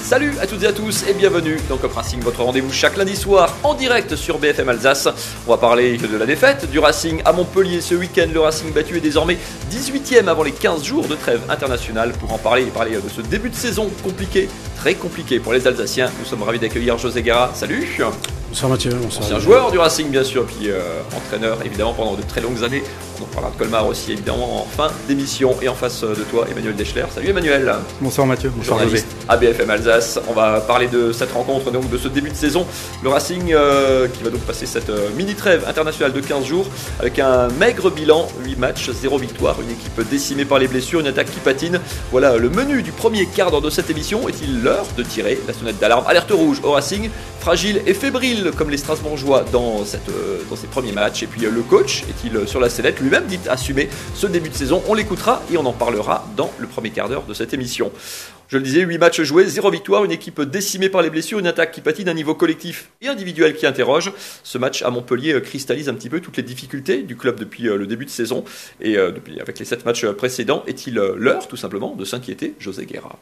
Salut à toutes et à tous et bienvenue dans Cop Racing, votre rendez-vous chaque lundi soir en direct sur BFM Alsace. On va parler de la défaite du Racing à Montpellier ce week-end. Le Racing battu est désormais 18e avant les 15 jours de trêve internationale. Pour en parler et parler de ce début de saison compliqué, très compliqué pour les Alsaciens, nous sommes ravis d'accueillir José Guerra. Salut. Bonsoir Mathieu. Bonsoir. Ancien joueur du Racing bien sûr, puis entraîneur évidemment pendant de très longues années. On en parlera de Colmar aussi évidemment en fin d'émission. Et en face de toi Emmanuel Deschler. Salut Emmanuel. Bonsoir Mathieu. Bonsoir José. À BFM Alsace. On va parler de cette rencontre, donc de ce début de saison. Le Racing qui va donc passer cette mini-trêve internationale de 15 jours avec un maigre bilan, 8 matchs, 0 victoire, une équipe décimée par les blessures, une attaque qui patine. Voilà le menu du premier quart d'heure de cette émission. Est-il l'heure de tirer la sonnette d'alarme? Alerte rouge au Racing, fragile et fébrile comme les Strasbourgeois dans ces premiers matchs. Et puis le coach est-il sur la sellette? Lui-même dit assumer ce début de saison. On l'écoutera et on en parlera dans le premier quart d'heure de cette émission. Je le disais, 8 matchs joués, 0 victoire, une équipe décimée par les blessures, une attaque qui patine, un niveau collectif et individuel qui interroge. Ce match à Montpellier cristallise un petit peu toutes les difficultés du club depuis le début de saison et avec les 7 matchs précédents. Est-il l'heure tout simplement de s'inquiéter, José Guerra?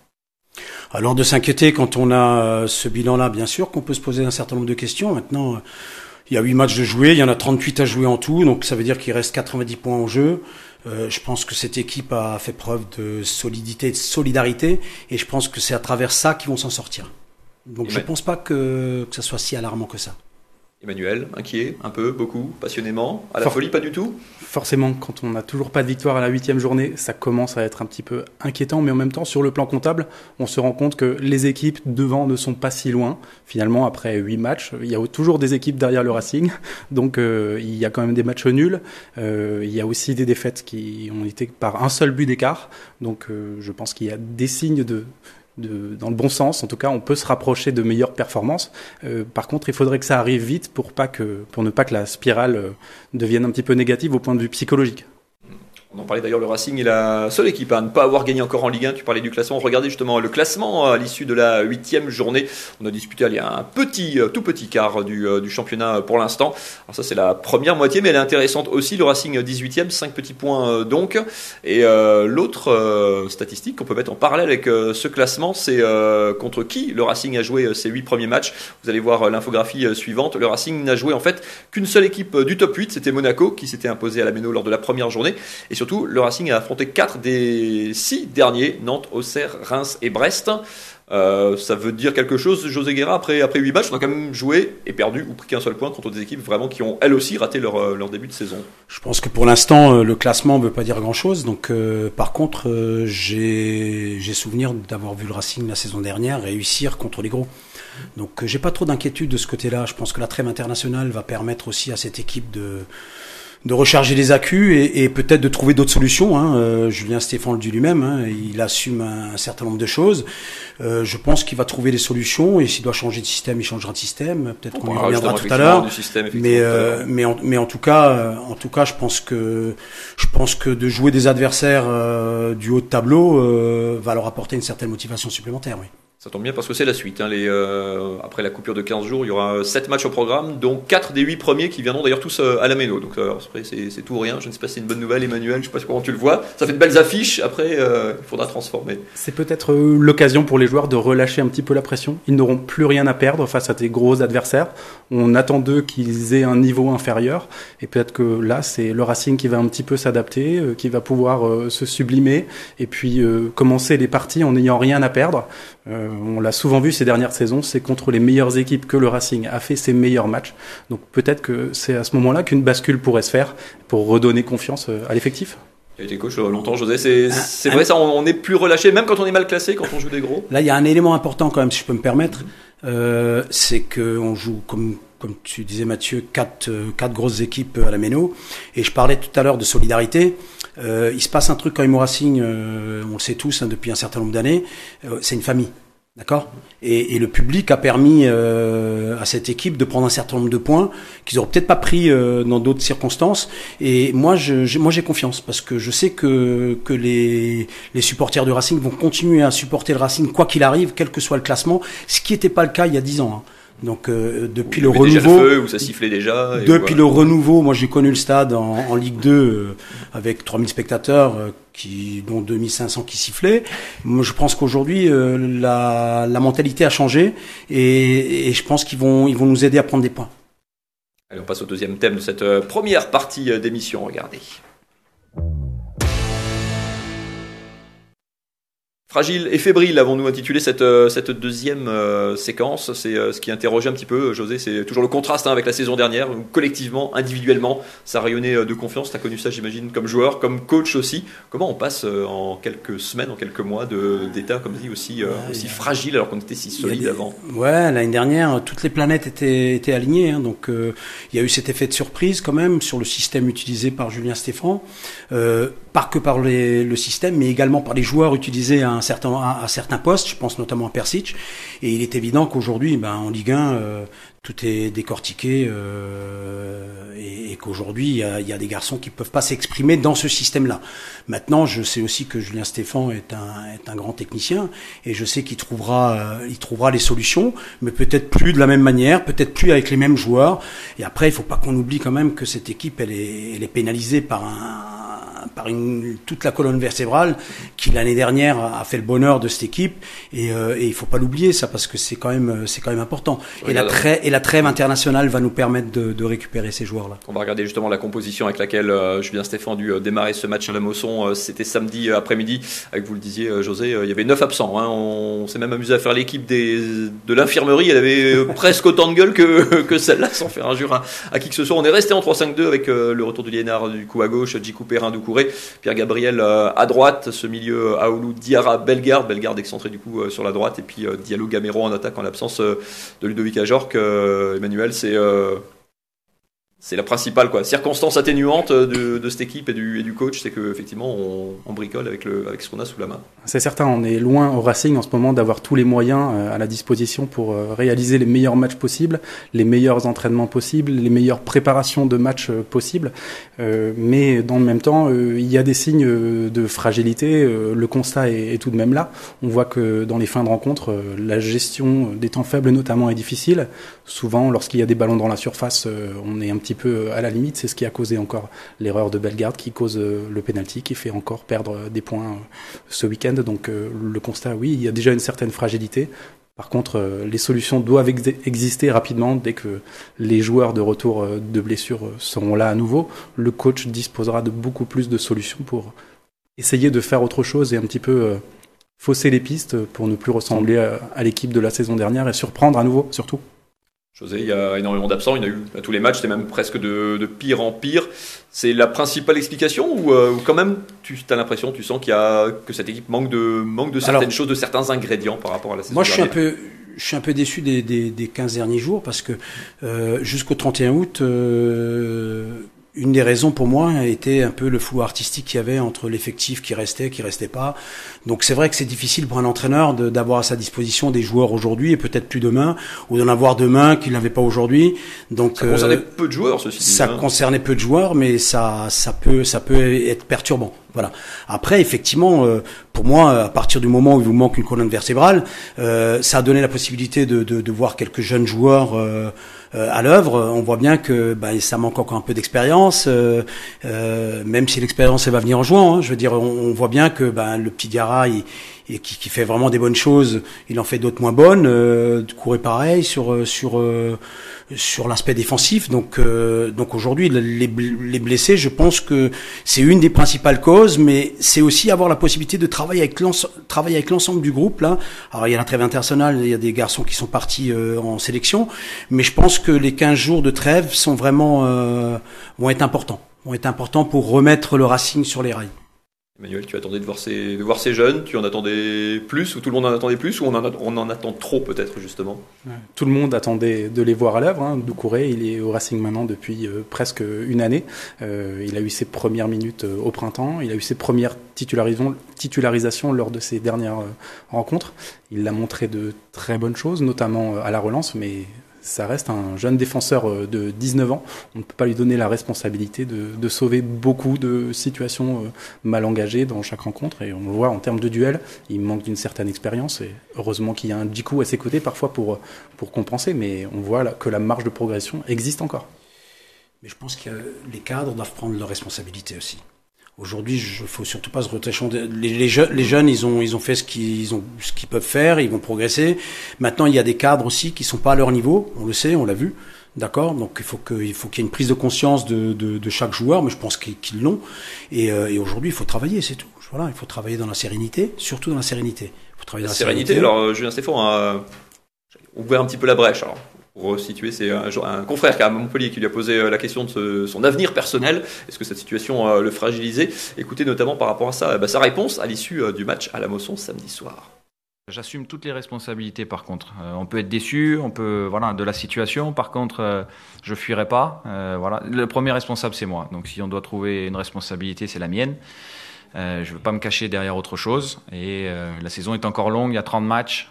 Alors de s'inquiéter quand on a ce bilan-là, bien sûr qu'on peut se poser un certain nombre de questions. Maintenant, il y a 8 matchs de jouer, il y en a 38 à jouer en tout, donc ça veut dire qu'il reste 90 points en jeu. Je pense que cette équipe a fait preuve de solidité et de solidarité, et je pense que c'est à travers ça qu'ils vont s'en sortir. Donc je ne pense pas que ça soit si alarmant que ça. Emmanuel, inquiet, un peu, beaucoup, passionnément, à la folie, pas du tout? Forcément, quand on n'a toujours pas de victoire à la 8e journée, ça commence à être un petit peu inquiétant, mais en même temps, sur le plan comptable, on se rend compte que les équipes devant ne sont pas si loin. Finalement, après 8 matchs, il y a toujours des équipes derrière le Racing, donc il y a quand même des matchs nuls. Il y a aussi des défaites qui ont été par un seul but d'écart, donc je pense qu'il y a des signes dans le bon sens. En tout cas, on peut se rapprocher de meilleures performances. Par contre, il faudrait que ça arrive vite pour ne pas que la spirale devienne un petit peu négative au point de vue psychologique. On en parlait d'ailleurs, le Racing est la seule équipe à ne pas avoir gagné encore en Ligue 1. Tu parlais du classement. Regardez justement le classement à l'issue de la 8e journée. On a disputé un tout petit quart du championnat pour l'instant. Alors ça c'est la première moitié, mais elle est intéressante aussi. Le Racing 18e, 5 petits points donc. Et l'autre statistique qu'on peut mettre en parallèle avec ce classement, c'est contre qui le Racing a joué ses 8 premiers matchs. Vous allez voir l'infographie suivante. Le Racing n'a joué en fait qu'une seule équipe du top 8. C'était Monaco qui s'était imposé à la Méno lors de la première journée. Et surtout, le Racing a affronté 4 des 6 derniers, Nantes, Auxerre, Reims et Brest. Ça veut dire quelque chose, José Guerra, après 8 matchs, on a quand même joué et perdu ou pris qu'un seul point contre des équipes vraiment qui ont elles aussi raté leur début de saison. Je pense que pour l'instant, le classement ne veut pas dire grand-chose. Donc, par contre, j'ai souvenir d'avoir vu le Racing la saison dernière réussir contre les gros. Donc, j'ai pas trop d'inquiétude de ce côté-là. Je pense que la trêve internationale va permettre aussi à cette équipe de recharger les accus et peut-être de trouver d'autres solutions. Julien Stéphan le dit lui-même, il assume un certain nombre de choses. Je pense qu'il va trouver des solutions et s'il doit changer de système, il changera de système. Peut-être qu'on y reviendra tout à l'heure. Mais en tout cas, je pense que de jouer des adversaires du haut de tableau va leur apporter une certaine motivation supplémentaire. Oui. Ça tombe bien parce que c'est la suite. Après la coupure de 15 jours, il y aura 7 matchs au programme, dont 4 des 8 premiers qui viendront d'ailleurs tous à la Méno. Donc après, c'est tout ou rien. Je ne sais pas si c'est une bonne nouvelle, Emmanuel. Je ne sais pas comment tu le vois. Ça fait de belles affiches. Après, il faudra transformer. C'est peut-être l'occasion pour les joueurs de relâcher un petit peu la pression. Ils n'auront plus rien à perdre face à des gros adversaires. On attend d'eux qu'ils aient un niveau inférieur. Et peut-être que là, c'est le Racing qui va un petit peu s'adapter, qui va pouvoir se sublimer et puis commencer les parties en n'ayant rien à perdre. On l'a souvent vu ces dernières saisons, c'est contre les meilleures équipes que le Racing a fait ses meilleurs matchs. Donc peut-être que c'est à ce moment-là qu'une bascule pourrait se faire pour redonner confiance à l'effectif. Tu as été coach longtemps, José. C'est vrai, ça, on est plus relâché, même quand on est mal classé, quand on joue des gros. Là, il y a un élément important quand même, si je peux me permettre. C'est qu'on joue, comme tu disais Mathieu, quatre grosses équipes à la Méno. Et je parlais tout à l'heure de solidarité. Il se passe un truc quand même au Racing, on le sait tous depuis un certain nombre d'années, c'est une famille. D'accord ? Et le public a permis à cette équipe de prendre un certain nombre de points qu'ils n'auraient peut-être pas pris dans d'autres circonstances. Et moi, j'ai confiance parce que je sais que les supporters du Racing vont continuer à supporter le Racing quoi qu'il arrive, quel que soit le classement, ce qui n'était pas le cas il y a 10 ans. Donc depuis le renouveau, déjà le feu, où ça sifflait déjà. Depuis le renouveau, moi j'ai connu le stade en Ligue 2 avec 3000 spectateurs, dont 2500 qui sifflaient. Moi je pense qu'aujourd'hui la mentalité a changé et je pense qu'ils vont nous aider à prendre des points. Allez, on passe au deuxième thème de cette première partie d'émission. Regardez. Fragile et fébrile, avons-nous intitulé cette deuxième séquence. C'est ce qui interrogeait un petit peu, José, c'est toujours le contraste avec la saison dernière, où collectivement, individuellement, ça rayonnait de confiance. Tu as connu ça, j'imagine, comme joueur, comme coach aussi. Comment on passe en quelques semaines, en quelques mois d'état, comme dit, aussi fragile, alors qu'on était si solide avant? Ouais, l'année dernière, toutes les planètes étaient alignées. Hein, donc, il y a eu cet effet de surprise quand même sur le système utilisé par Julien Stéphan. Pas que par le système, mais également par les joueurs utilisés à certains postes, je pense notamment à Persic. Et il est évident qu'aujourd'hui, en Ligue 1, tout est décortiqué et qu'aujourd'hui, il y a des garçons qui peuvent pas s'exprimer dans ce système-là. Maintenant, je sais aussi que Julien Stéphan est un grand technicien et je sais qu'il trouvera les solutions, mais peut-être plus de la même manière, peut-être plus avec les mêmes joueurs. Et après, il faut pas qu'on oublie quand même que cette équipe, elle est pénalisée par toute la colonne vertébrale qui l'année dernière a fait le bonheur de cette équipe et il faut pas l'oublier ça parce que c'est quand même important. Et la trêve internationale va nous permettre de récupérer ces joueurs-là. On va regarder justement la composition avec laquelle Julien Stéphan a dû démarrer ce match à la Mosson. C'était samedi après-midi, avec vous le disiez José, il y avait 9 absents. Hein. On s'est même amusé à faire l'équipe de l'infirmerie. Elle avait presque autant de gueule que celle-là, sans faire injure à qui que ce soit. On est resté en 3-5-2 avec le retour du Liénard du coup à gauche, Djikou Perrin, Doucouré, Pierre Gabriel à droite, ce milieu Aoulou, Diarra, Bellegarde excentré du coup sur la droite, et puis Diallo, Gamero en attaque en l'absence de Ludovic Ajorc. Emmanuel, c'est la principale circonstance atténuante de cette équipe et du coach, c'est qu'effectivement on bricole avec ce qu'on a sous la main. C'est certain, on est loin au Racing en ce moment d'avoir tous les moyens à la disposition pour réaliser les meilleurs matchs possibles, les meilleurs entraînements possibles, les meilleures préparations de matchs possibles. Mais dans le même temps, il y a des signes de fragilité. Le constat est tout de même là. On voit que dans les fins de rencontre, la gestion des temps faibles notamment est difficile. Souvent, lorsqu'il y a des ballons dans la surface, on est un petit peu à la limite. C'est ce qui a causé encore l'erreur de Bellegarde, qui cause le penalty, qui fait encore perdre des points ce week-end. Donc le constat, oui, il y a déjà une certaine fragilité. Par contre, les solutions doivent exister rapidement dès que les joueurs de retour de blessure seront là à nouveau. Le coach disposera de beaucoup plus de solutions pour essayer de faire autre chose et un petit peu fausser les pistes pour ne plus ressembler à l'équipe de la saison dernière et surprendre à nouveau, surtout. José, il y a énormément d'absents, il y en a eu à tous les matchs, c'était même presque de pire en pire. C'est la principale explication ou quand même tu as l'impression, tu sens que cette équipe manque de certaines choses, de certains ingrédients par rapport à la saison dernière? Je suis un peu déçu des 15 derniers jours parce que jusqu'au 31 août, une des raisons pour moi était un peu le flou artistique qu'il y avait entre l'effectif qui restait pas. Donc c'est vrai que c'est difficile pour un entraîneur d'avoir à sa disposition des joueurs aujourd'hui et peut-être plus demain, ou d'en avoir demain qu'il n'avait pas aujourd'hui. Donc ça concernait peu de joueurs, ceci dit. Ça concernait peu de joueurs, mais ça peut être perturbant. Voilà. Après, effectivement, pour moi, à partir du moment où il vous manque une colonne vertébrale, ça a donné la possibilité de voir quelques jeunes joueurs à l'œuvre. On voit bien que ça manque encore un peu d'expérience, même si l'expérience elle va venir en jouant. Hein. Je veux dire, on voit bien que le petit Diarra, qui fait vraiment des bonnes choses, il en fait d'autres moins bonnes. Couré pareil sur l'aspect défensif. Donc aujourd'hui, les blessés, je pense que c'est une des principales causes, mais c'est aussi avoir la possibilité de travailler avec l'ensemble du groupe là. Alors il y a la trêve internationale, il y a des garçons qui sont partis en sélection, mais je pense que les 15 jours de trêve sont vraiment vont être importants pour remettre le Racing sur les rails. Emmanuel, tu attendais de voir ces jeunes, tu en attendais plus, ou tout le monde en attendait plus, ou on en attend trop peut-être justement? Tout le monde attendait de les voir à l'œuvre. Hein. Doucouré, il est au Racing maintenant depuis presque une année. Il a eu ses premières minutes au printemps, il a eu ses premières titularisations lors de ses dernières rencontres. Il a montré de très bonnes choses, notamment à la relance, mais ça reste un jeune défenseur de 19 ans. On ne peut pas lui donner la responsabilité de sauver beaucoup de situations mal engagées dans chaque rencontre. Et on le voit en termes de duel, il manque d'une certaine expérience. Et heureusement qu'il y a un Djikou à ses côtés parfois pour compenser. Mais on voit que la marge de progression existe encore. Mais je pense que les cadres doivent prendre leurs responsabilités aussi. Aujourd'hui, il faut surtout pas se retracher. Les jeunes, ils ont fait ce qu'ils peuvent faire, ils vont progresser. Maintenant, il y a des cadres aussi qui sont pas à leur niveau. On le sait, on l'a vu. D'accord? Donc, il faut qu'il y ait une prise de conscience de chaque joueur, mais je pense qu'ils l'ont. Et aujourd'hui, il faut travailler, c'est tout. Voilà, il faut travailler dans la sérénité, surtout dans la sérénité. Il faut travailler dans la sérénité. Alors, Julien Stéphan a ouvert un petit peu la brèche. Alors, pour resituer, c'est un confrère qui est à Montpellier qui lui a posé la question de son avenir personnel. Est-ce que cette situation le fragilisait? Écoutez notamment par rapport à ça, sa réponse à l'issue du match à la Mosson samedi soir. J'assume toutes les responsabilités par contre. On peut être déçu, de la situation. Par contre, je fuirai pas. Le premier responsable, c'est moi. Donc si on doit trouver une responsabilité, c'est la mienne. Je veux pas me cacher derrière autre chose. Et la saison est encore longue, il y a 30 matchs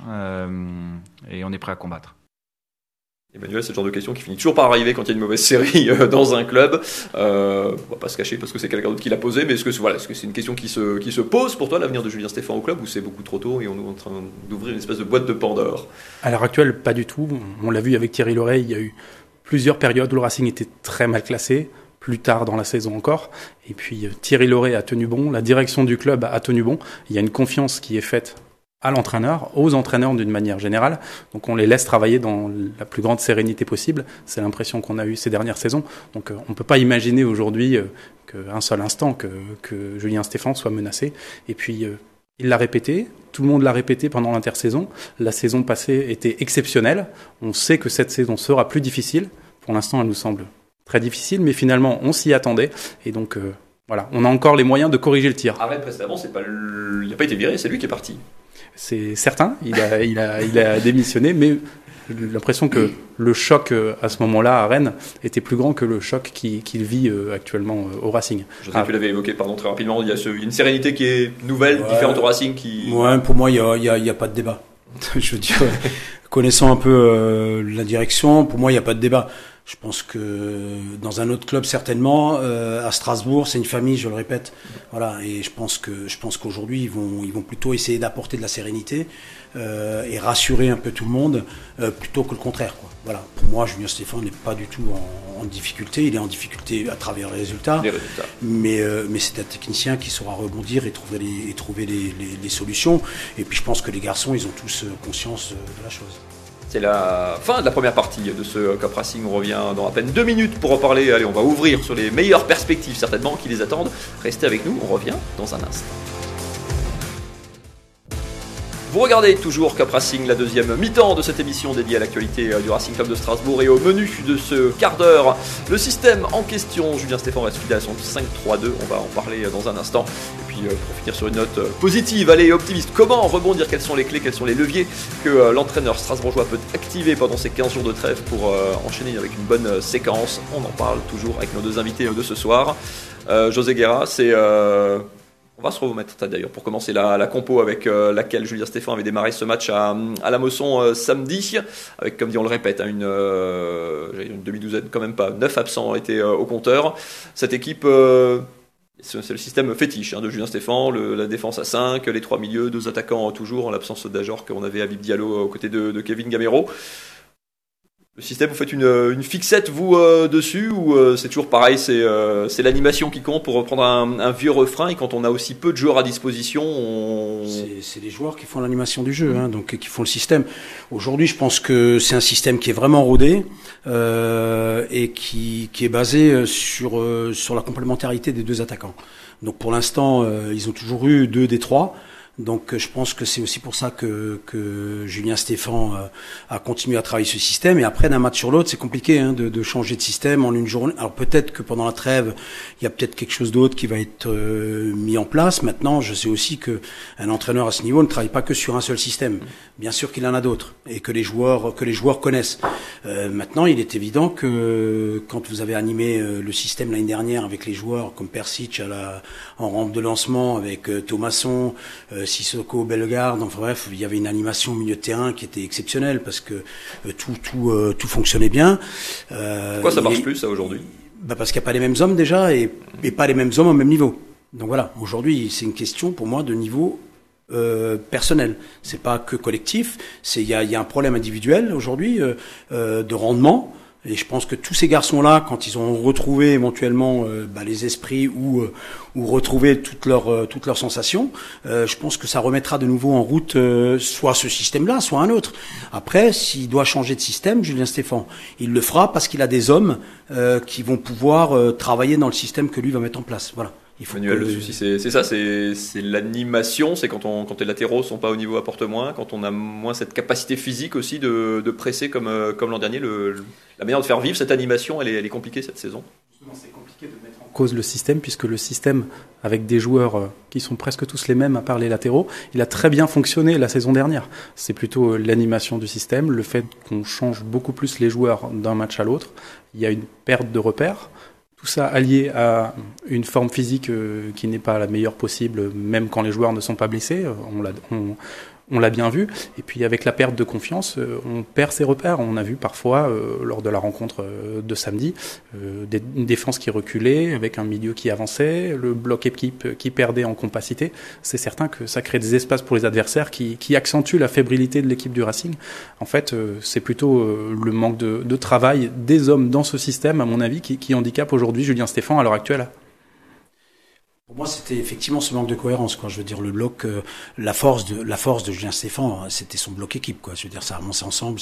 et on est prêt à combattre. Emmanuel, c'est le genre de question qui finit toujours par arriver quand il y a une mauvaise série dans un club. On va pas se cacher parce que c'est quelqu'un d'autre qui l'a posé, mais est-ce que c'est une question qui se pose pour toi, l'avenir de Julien Stéphan au club, ou c'est beaucoup trop tôt et on est en train d'ouvrir une espèce de boîte de Pandore? À l'heure actuelle, pas du tout. On l'a vu avec Thierry Loret, il y a eu plusieurs périodes où le Racing était très mal classé, plus tard dans la saison encore. Et puis Thierry Loret a tenu bon, la direction du club a tenu bon. Il y a une confiance qui est faite à l'entraîneur, aux entraîneurs d'une manière générale. Donc on les laisse travailler dans la plus grande sérénité possible. C'est l'impression qu'on a eue ces dernières saisons. Donc on ne peut pas imaginer aujourd'hui qu'un seul instant que Julien Stéphan soit menacé. Et puis il l'a répété, tout le monde l'a répété pendant l'intersaison. La saison passée était exceptionnelle. On sait que cette saison sera plus difficile. Pour l'instant, elle nous semble très difficile, mais finalement on s'y attendait. Et donc on a encore les moyens de corriger le tir. Arrête précédemment, il n'a pas été viré, c'est lui qui est parti. C'est certain, il a démissionné, mais j'ai l'impression que le choc à ce moment-là à Rennes était plus grand que le choc qu'il vit actuellement au Racing. Je sais que tu l'avais évoqué très rapidement, il y a une sérénité qui est nouvelle, différente au Racing. Pour moi, il y a pas de débat. Je veux dire, connaissant un peu la direction, pour moi, il n'y a pas de débat. Je pense que dans un autre club certainement, à Strasbourg, c'est une famille, je le répète. Voilà, et je pense qu'aujourd'hui ils vont plutôt essayer d'apporter de la sérénité et rassurer un peu tout le monde plutôt que le contraire, quoi. Voilà, pour moi, Julien Stéphan n'est pas du tout en difficulté. Il est en difficulté à travers les résultats. Mais c'est un technicien qui saura rebondir et trouver les solutions. Et puis je pense que les garçons, ils ont tous conscience de la chose. C'est la fin de la première partie de ce Cup Racing. On revient dans à peine 2 minutes pour en parler. Allez, on va ouvrir sur les meilleures perspectives certainement qui les attendent. Restez avec nous, on revient dans un instant. Vous regardez toujours Cup Racing, la deuxième mi-temps de cette émission dédiée à l'actualité du Racing Club de Strasbourg, et au menu de ce quart d'heure, le système en question. Julien Stéphan reste fidèle à son 5-3-2, on va en parler dans un instant. Et puis pour finir sur une note positive, allez, optimiste, comment rebondir, quelles sont les clés, quels sont les leviers que l'entraîneur strasbourgeois peut activer pendant ces 15 jours de trêve pour enchaîner avec une bonne séquence. On en parle toujours avec nos deux invités de ce soir. José Guerra, on va se remettre d'ailleurs pour commencer la compo avec laquelle Julien Stéphan avait démarré ce match à la Mosson samedi, avec, comme dit on le répète, une demi-douzaine, quand même pas, 9 absents étaient au compteur. Cette équipe, c'est le système fétiche de Julien Stéphan, la défense à 5, les 3 milieux, 2 attaquants toujours, en l'absence d'Ajor qu'on avait Habib Diallo aux côtés de Kevin Gamero. Le système, vous faites une fixette, vous, dessus, ou c'est toujours pareil, c'est l'animation qui compte pour reprendre un vieux refrain, et quand on a aussi peu de joueurs à disposition, c'est les joueurs qui font l'animation du jeu, donc qui font le système. Aujourd'hui, je pense que c'est un système qui est vraiment rodé et qui est basé sur la complémentarité des 2 attaquants. Donc pour l'instant, ils ont toujours eu 2 des 3. Donc je pense que c'est aussi pour ça que Julien Stéphan a continué à travailler ce système. Et après, d'un match sur l'autre, c'est compliqué de changer de système en une journée. Alors peut-être que pendant la trêve, il y a peut-être quelque chose d'autre qui va être mis en place. Maintenant, je sais aussi que un entraîneur à ce niveau ne travaille pas que sur un seul système. Bien sûr qu'il en a d'autres et que les joueurs connaissent. Maintenant, il est évident que quand vous avez animé le système l'année dernière avec les joueurs comme Persic en rampe de lancement, avec Thomasson, Sissoko, Bellegarde, enfin bref, il y avait une animation au milieu de terrain qui était exceptionnelle parce que tout fonctionnait bien. Pourquoi ça marche plus ça aujourd'hui? Parce qu'il n'y a pas les mêmes hommes déjà et pas les mêmes hommes au même niveau. Donc voilà, aujourd'hui c'est une question pour moi de niveau personnel. C'est pas que collectif, il y a un problème individuel aujourd'hui de rendement. Et je pense que tous ces garçons-là, quand ils ont retrouvé éventuellement les esprits ou retrouvé toutes leurs sensations, je pense que ça remettra de nouveau en route soit ce système-là, soit un autre. Après, s'il doit changer de système, Julien Stéphan, il le fera parce qu'il a des hommes qui vont pouvoir travailler dans le système que lui va mettre en place. Voilà. Manuel, le souci c'est ça, c'est l'animation, c'est quand les latéraux sont pas au niveau, apportent moins, quand on a moins cette capacité physique aussi de presser comme l'an dernier. La manière de faire vivre cette animation, elle est compliquée cette saison. Justement, c'est compliqué de mettre en cause le système, puisque le système, avec des joueurs qui sont presque tous les mêmes à part les latéraux, il a très bien fonctionné la saison dernière. C'est plutôt l'animation du système, le fait qu'on change beaucoup plus les joueurs d'un match à l'autre. Il y a une perte de repères. Tout ça allié à une forme physique qui n'est pas la meilleure possible, même quand les joueurs ne sont pas blessés, on l'a bien vu. Et puis avec la perte de confiance, on perd ses repères. On a vu parfois, lors de la rencontre de samedi, une défense qui reculait, avec un milieu qui avançait, le bloc équipe qui perdait en compacité. C'est certain que ça crée des espaces pour les adversaires qui accentuent la fébrilité de l'équipe du Racing. En fait, c'est plutôt le manque de travail des hommes dans ce système, à mon avis, qui handicape aujourd'hui Julien Stéphan à l'heure actuelle. Pour moi, c'était effectivement ce manque de cohérence, quoi. Je veux dire, le bloc, la force de Julien Stéphan, c'était son bloc équipe, quoi. Je veux dire, ça avance ensemble,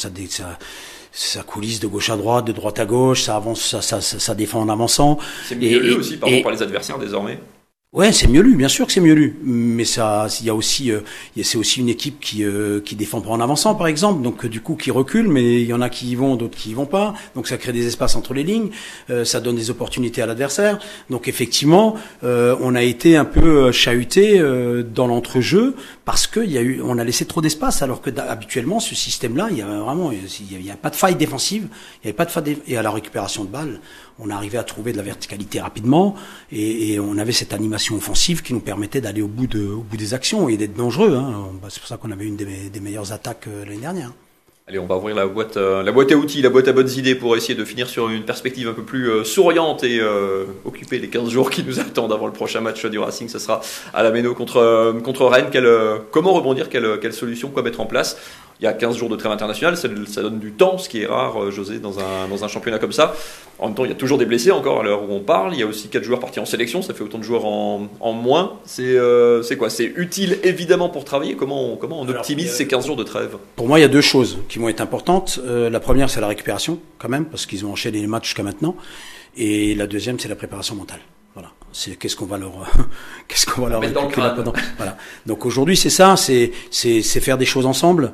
ça coulisse de gauche à droite, de droite à gauche, ça avance, ça défend en avançant. C'est mieux lu aussi par les adversaires désormais. Ouais, c'est mieux lu, bien sûr que c'est mieux lu, mais il y a aussi, c'est aussi une équipe qui défend pas en avançant, par exemple, donc du coup qui recule, mais il y en a qui y vont, d'autres qui y vont pas, donc ça crée des espaces entre les lignes, ça donne des opportunités à l'adversaire, donc effectivement, on a été un peu chahuté dans l'entrejeu parce que on a laissé trop d'espace, alors que habituellement ce système-là, il y a pas de faille défensive, il y avait pas de faille et à la récupération de balles, on arrivait à trouver de la verticalité rapidement et on avait cette animation offensive qui nous permettait d'aller au bout des actions et d'être dangereux. Hein. C'est pour ça qu'on avait une des meilleures attaques l'année dernière. Allez, on va ouvrir la boîte à outils, la boîte à bonnes idées pour essayer de finir sur une perspective un peu plus souriante et occuper les 15 jours qui nous attendent avant le prochain match du Racing. Ce sera à la Méno contre Rennes. Comment rebondir, quelle solution, quoi mettre en place? Il y a 15 jours de trêve internationale, ça donne du temps, ce qui est rare, José, dans un championnat comme ça. En même temps, il y a toujours des blessés encore à l'heure où on parle. Il y a aussi 4 joueurs partis en sélection, ça fait autant de joueurs en moins. C'est quoi? C'est utile évidemment pour travailler. Comment on optimise ces 15 jours de trêve? Pour moi, il y a deux choses qui vont être importantes. La première, c'est la récupération, quand même, parce qu'ils ont enchaîné les matchs jusqu'à maintenant. Et la deuxième, c'est la préparation mentale. Voilà. C'est qu'est-ce qu'on va leur inculquer là-dedans. Voilà. Donc aujourd'hui, c'est ça, c'est faire des choses ensemble.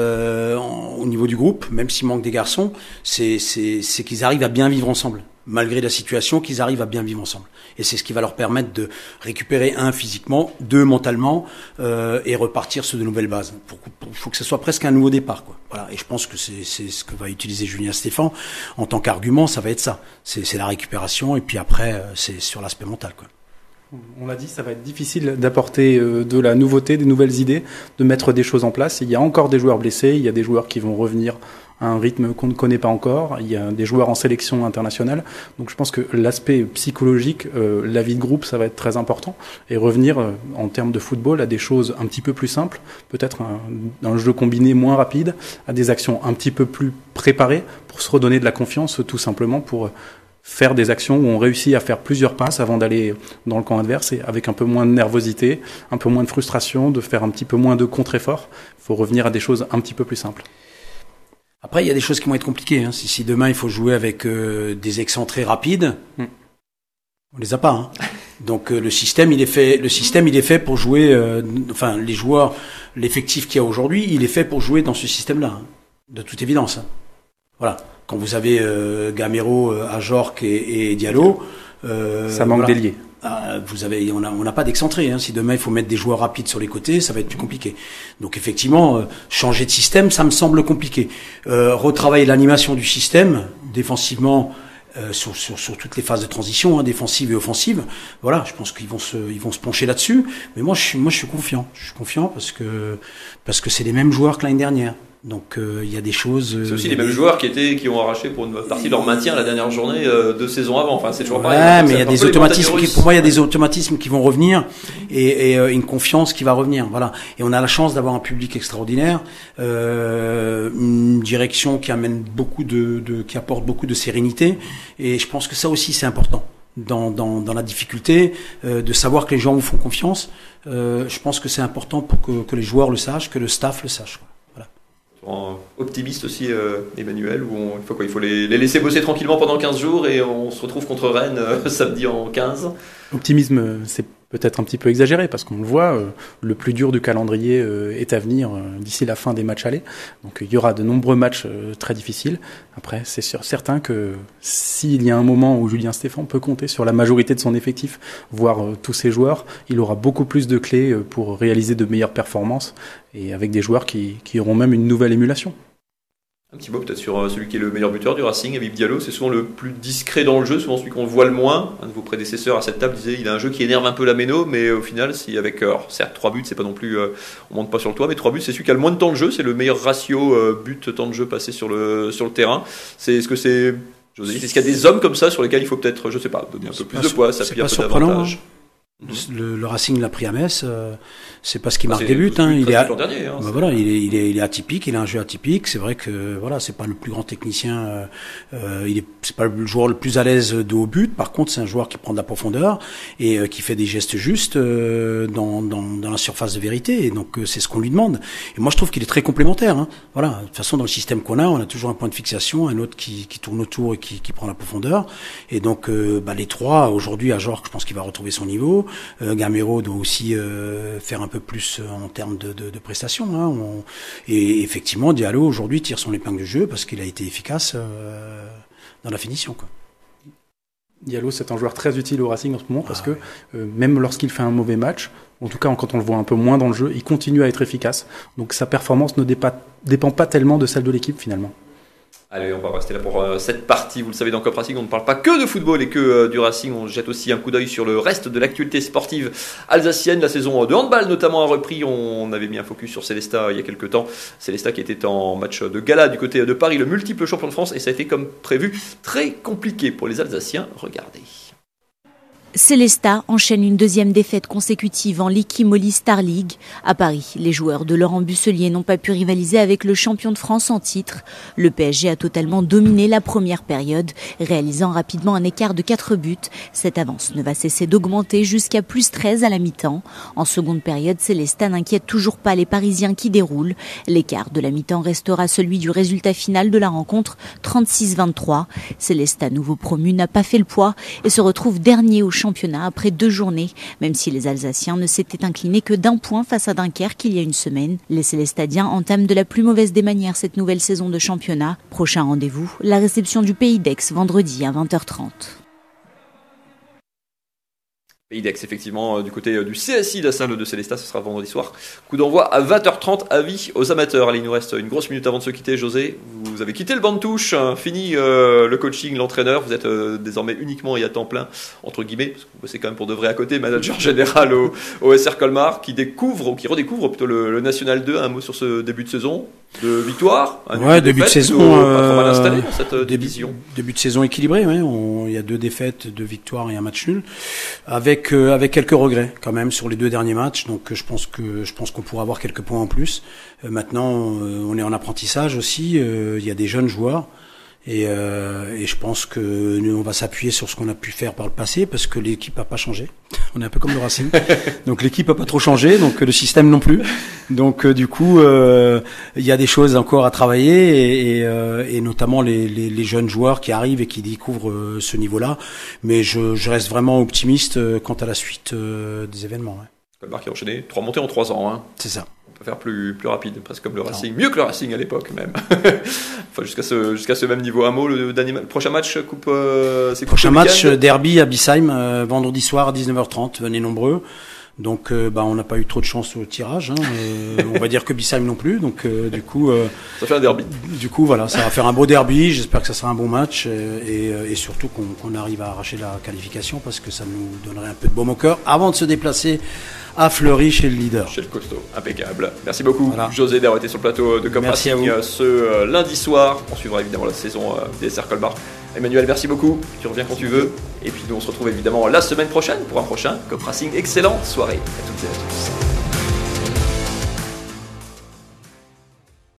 Au niveau du groupe, même s'il manque des garçons, c'est qu'ils arrivent à bien vivre ensemble, malgré la situation, qu'ils arrivent à bien vivre ensemble. Et c'est ce qui va leur permettre de récupérer physiquement, mentalement, et repartir sur de nouvelles bases. Il faut que ce soit presque un nouveau départ, quoi. Voilà. Et je pense que c'est ce que va utiliser Julien Stéphan en tant qu'argument. Ça va être ça. C'est la récupération, et puis après, c'est sur l'aspect mental, quoi. On l'a dit, ça va être difficile d'apporter de la nouveauté, des nouvelles idées, de mettre des choses en place. Il y a encore des joueurs blessés, il y a des joueurs qui vont revenir à un rythme qu'on ne connaît pas encore, il y a des joueurs en sélection internationale. Donc je pense que l'aspect psychologique, la vie de groupe, ça va être très important. Et revenir en termes de football à des choses un petit peu plus simples, peut-être un jeu combiné moins rapide, à des actions un petit peu plus préparées pour se redonner de la confiance, tout simplement pour faire des actions où on réussit à faire plusieurs passes avant d'aller dans le camp adverse et avec un peu moins de nervosité, un peu moins de frustration, de faire un petit peu moins de contre-efforts. Il faut revenir à des choses un petit peu plus simples. Après, il y a des choses qui vont être compliquées. Hein. Si demain il faut jouer avec des excentrés rapides, on les a pas. Hein. Donc le système il est fait pour jouer. Les joueurs, l'effectif qu'il y a aujourd'hui, il est fait pour jouer dans ce système-là, hein, de toute évidence. Hein. Voilà. Quand vous avez Gamero, Ajorc et Diallo, ça manque d'ailier. On n'a pas d'excentré. Hein. Si demain il faut mettre des joueurs rapides sur les côtés, ça va être plus compliqué. Donc effectivement, changer de système, ça me semble compliqué. Retravailler l'animation du système défensivement, sur toutes les phases de transition, défensive et offensive. Voilà, je pense qu'ils vont se pencher là-dessus. Mais moi, je suis confiant. Je suis confiant parce que c'est les mêmes joueurs que l'année dernière. Donc il y a des choses. C'est aussi les mêmes joueurs qui ont arraché pour une partie de leur maintien la dernière journée de saison avant. Enfin, c'est toujours pareil. Ouais, mais il y a des automatismes. Pour moi, il y a des automatismes qui vont revenir et une confiance qui va revenir. Voilà. Et on a la chance d'avoir un public extraordinaire, une direction qui amène qui apporte beaucoup de sérénité. Et je pense que ça aussi c'est important dans la difficulté de savoir que les gens vous font confiance. Je pense que c'est important pour que les joueurs le sachent, que le staff le sache. Optimiste aussi, Emmanuel, où il faut les laisser bosser tranquillement pendant 15 jours et on se retrouve contre Rennes samedi en 15. Optimisme, c'est peut-être un petit peu exagéré parce qu'on le voit, le plus dur du calendrier est à venir d'ici la fin des matchs allés. Donc il y aura de nombreux matchs très difficiles. Après, c'est certain que s'il y a un moment où Julien Stéphan peut compter sur la majorité de son effectif, voire tous ses joueurs, il aura beaucoup plus de clés pour réaliser de meilleures performances et avec des joueurs qui auront même une nouvelle émulation. Un petit mot peut-être sur celui qui est le meilleur buteur du Racing, Habib Diallo. C'est souvent le plus discret dans le jeu, souvent celui qu'on voit le moins. Un de vos prédécesseurs à cette table disait il a un jeu qui énerve un peu la méno, mais au final, si avec certes 3 buts, c'est pas non plus, on monte pas sur le toit, mais 3 buts, c'est celui qui a le moins de temps de jeu, c'est le meilleur ratio but-temps de jeu passé sur le terrain. Est-ce qu'il y a des hommes comme ça sur lesquels il faut peut-être, je sais pas, donner un peu plus de poids, s'appuyer un peu davantage? Le Racing l'a pris à Metz, c'est parce qu'il marque des buts. Il est atypique, il a un jeu atypique. C'est vrai que voilà, c'est pas le plus grand technicien, c'est pas le joueur le plus à l'aise de haut but. Par contre, c'est un joueur qui prend de la profondeur et qui fait des gestes justes dans la surface de vérité. Et donc c'est ce qu'on lui demande. Et moi, je trouve qu'il est très complémentaire. Voilà, de toute façon, dans le système qu'on a, on a toujours un point de fixation, un autre qui tourne autour et qui prend la profondeur. Et donc les trois aujourd'hui, à Jorge, je pense qu'il va retrouver son niveau. Gamero doit aussi faire un peu plus en termes de prestations. Et effectivement, Diallo aujourd'hui tire son épingle du jeu parce qu'il a été efficace dans la finition, quoi. Diallo, c'est un joueur très utile au Racing en ce moment parce que même lorsqu'il fait un mauvais match, en tout cas quand on le voit un peu moins dans le jeu, il continue à être efficace. Donc sa performance ne dépend pas tellement de celle de l'équipe finalement. Allez, on va rester là pour cette partie. Vous le savez, dans Cop Racing, on ne parle pas que de football et que du Racing. On jette aussi un coup d'œil sur le reste de l'actualité sportive alsacienne. La saison de handball, notamment, a repris. On avait mis un focus sur Célestat il y a quelques temps. Célestat qui était en match de gala du côté de Paris, le multiple champion de France. Et ça a été, comme prévu, très compliqué pour les Alsaciens. Regardez. Célestat enchaîne une deuxième défaite consécutive en Liqui Moly Star League. À Paris, les joueurs de Laurent Busselier n'ont pas pu rivaliser avec le champion de France en titre. Le PSG a totalement dominé la première période, réalisant rapidement un écart de 4 buts. Cette avance ne va cesser d'augmenter jusqu'à plus 13 à la mi-temps. En seconde période, Célestat n'inquiète toujours pas les Parisiens qui déroulent. L'écart de la mi-temps restera celui du résultat final de la rencontre, 36-23. Célestat, nouveau promu, n'a pas fait le poids et se retrouve dernier au championnat après 2 journées, même si les Alsaciens ne s'étaient inclinés que d'1 point face à Dunkerque il y a une semaine. Les Célestadiens entament de la plus mauvaise des manières cette nouvelle saison de championnat. Prochain rendez-vous, la réception du Pays d'Aix vendredi à 20h30. Pays d'Aix, effectivement, du côté du CSI de Saint-Lô de Célestat, ce sera vendredi soir. Coup d'envoi à 20h30, avis aux amateurs. Allez, il nous reste une grosse minute avant de se quitter. José, vous avez quitté le banc de touche, fini le coaching, l'entraîneur. Vous êtes désormais uniquement et à temps plein, entre guillemets, parce que vous bossez quand même pour de vrai à côté, manager général au SR Colmar, qui redécouvre plutôt le National 2. Un mot sur ce début de saison de victoire. Début de saison. Pas trop mal installé dans cette division. Début de saison équilibré, il y a 2 défaites, 2 victoires et un match nul. Avec quelques regrets quand même sur les 2 derniers matchs, donc je pense qu'on pourra avoir quelques points en plus. Maintenant, on est en apprentissage aussi. Il y a des jeunes joueurs et je pense que nous on va s'appuyer sur ce qu'on a pu faire par le passé parce que l'équipe a pas changé. On est un peu comme le Racing, donc l'équipe a pas trop changé, donc le système non plus. Donc du coup, il y a des choses encore à travailler et notamment les jeunes joueurs qui arrivent et qui découvrent ce niveau-là. Mais je reste vraiment optimiste quant à la suite des événements. Ouais. Colmar qui a enchaîné 3 montées en 3 ans. C'est ça. On peut faire plus rapide, presque comme le Racing, mieux que le Racing à l'époque même. Enfin, jusqu'à ce même niveau. Un mot, le prochain match coupe. Prochain match derby à Bissheim, vendredi soir à 19h30. Venez nombreux. Donc on n'a pas eu trop de chance au tirage. On va dire que Bissheim non plus. Donc du coup, ça fait un derby. Du coup, voilà, ça va faire un beau derby. J'espère que ça sera un bon match et surtout qu'on arrive à arracher la qualification parce que ça nous donnerait un peu de baume au cœur avant de se déplacer à Fleury chez le leader. Chez le costaud, impeccable. Merci beaucoup, voilà. José, d'avoir été sur le plateau de Cop Racing ce lundi soir. On suivra évidemment la saison DSR Colmar. Emmanuel, merci beaucoup. Tu reviens quand tu veux. Et puis nous, on se retrouve évidemment la semaine prochaine pour un prochain Cop Racing. Excellente soirée à toutes et à tous.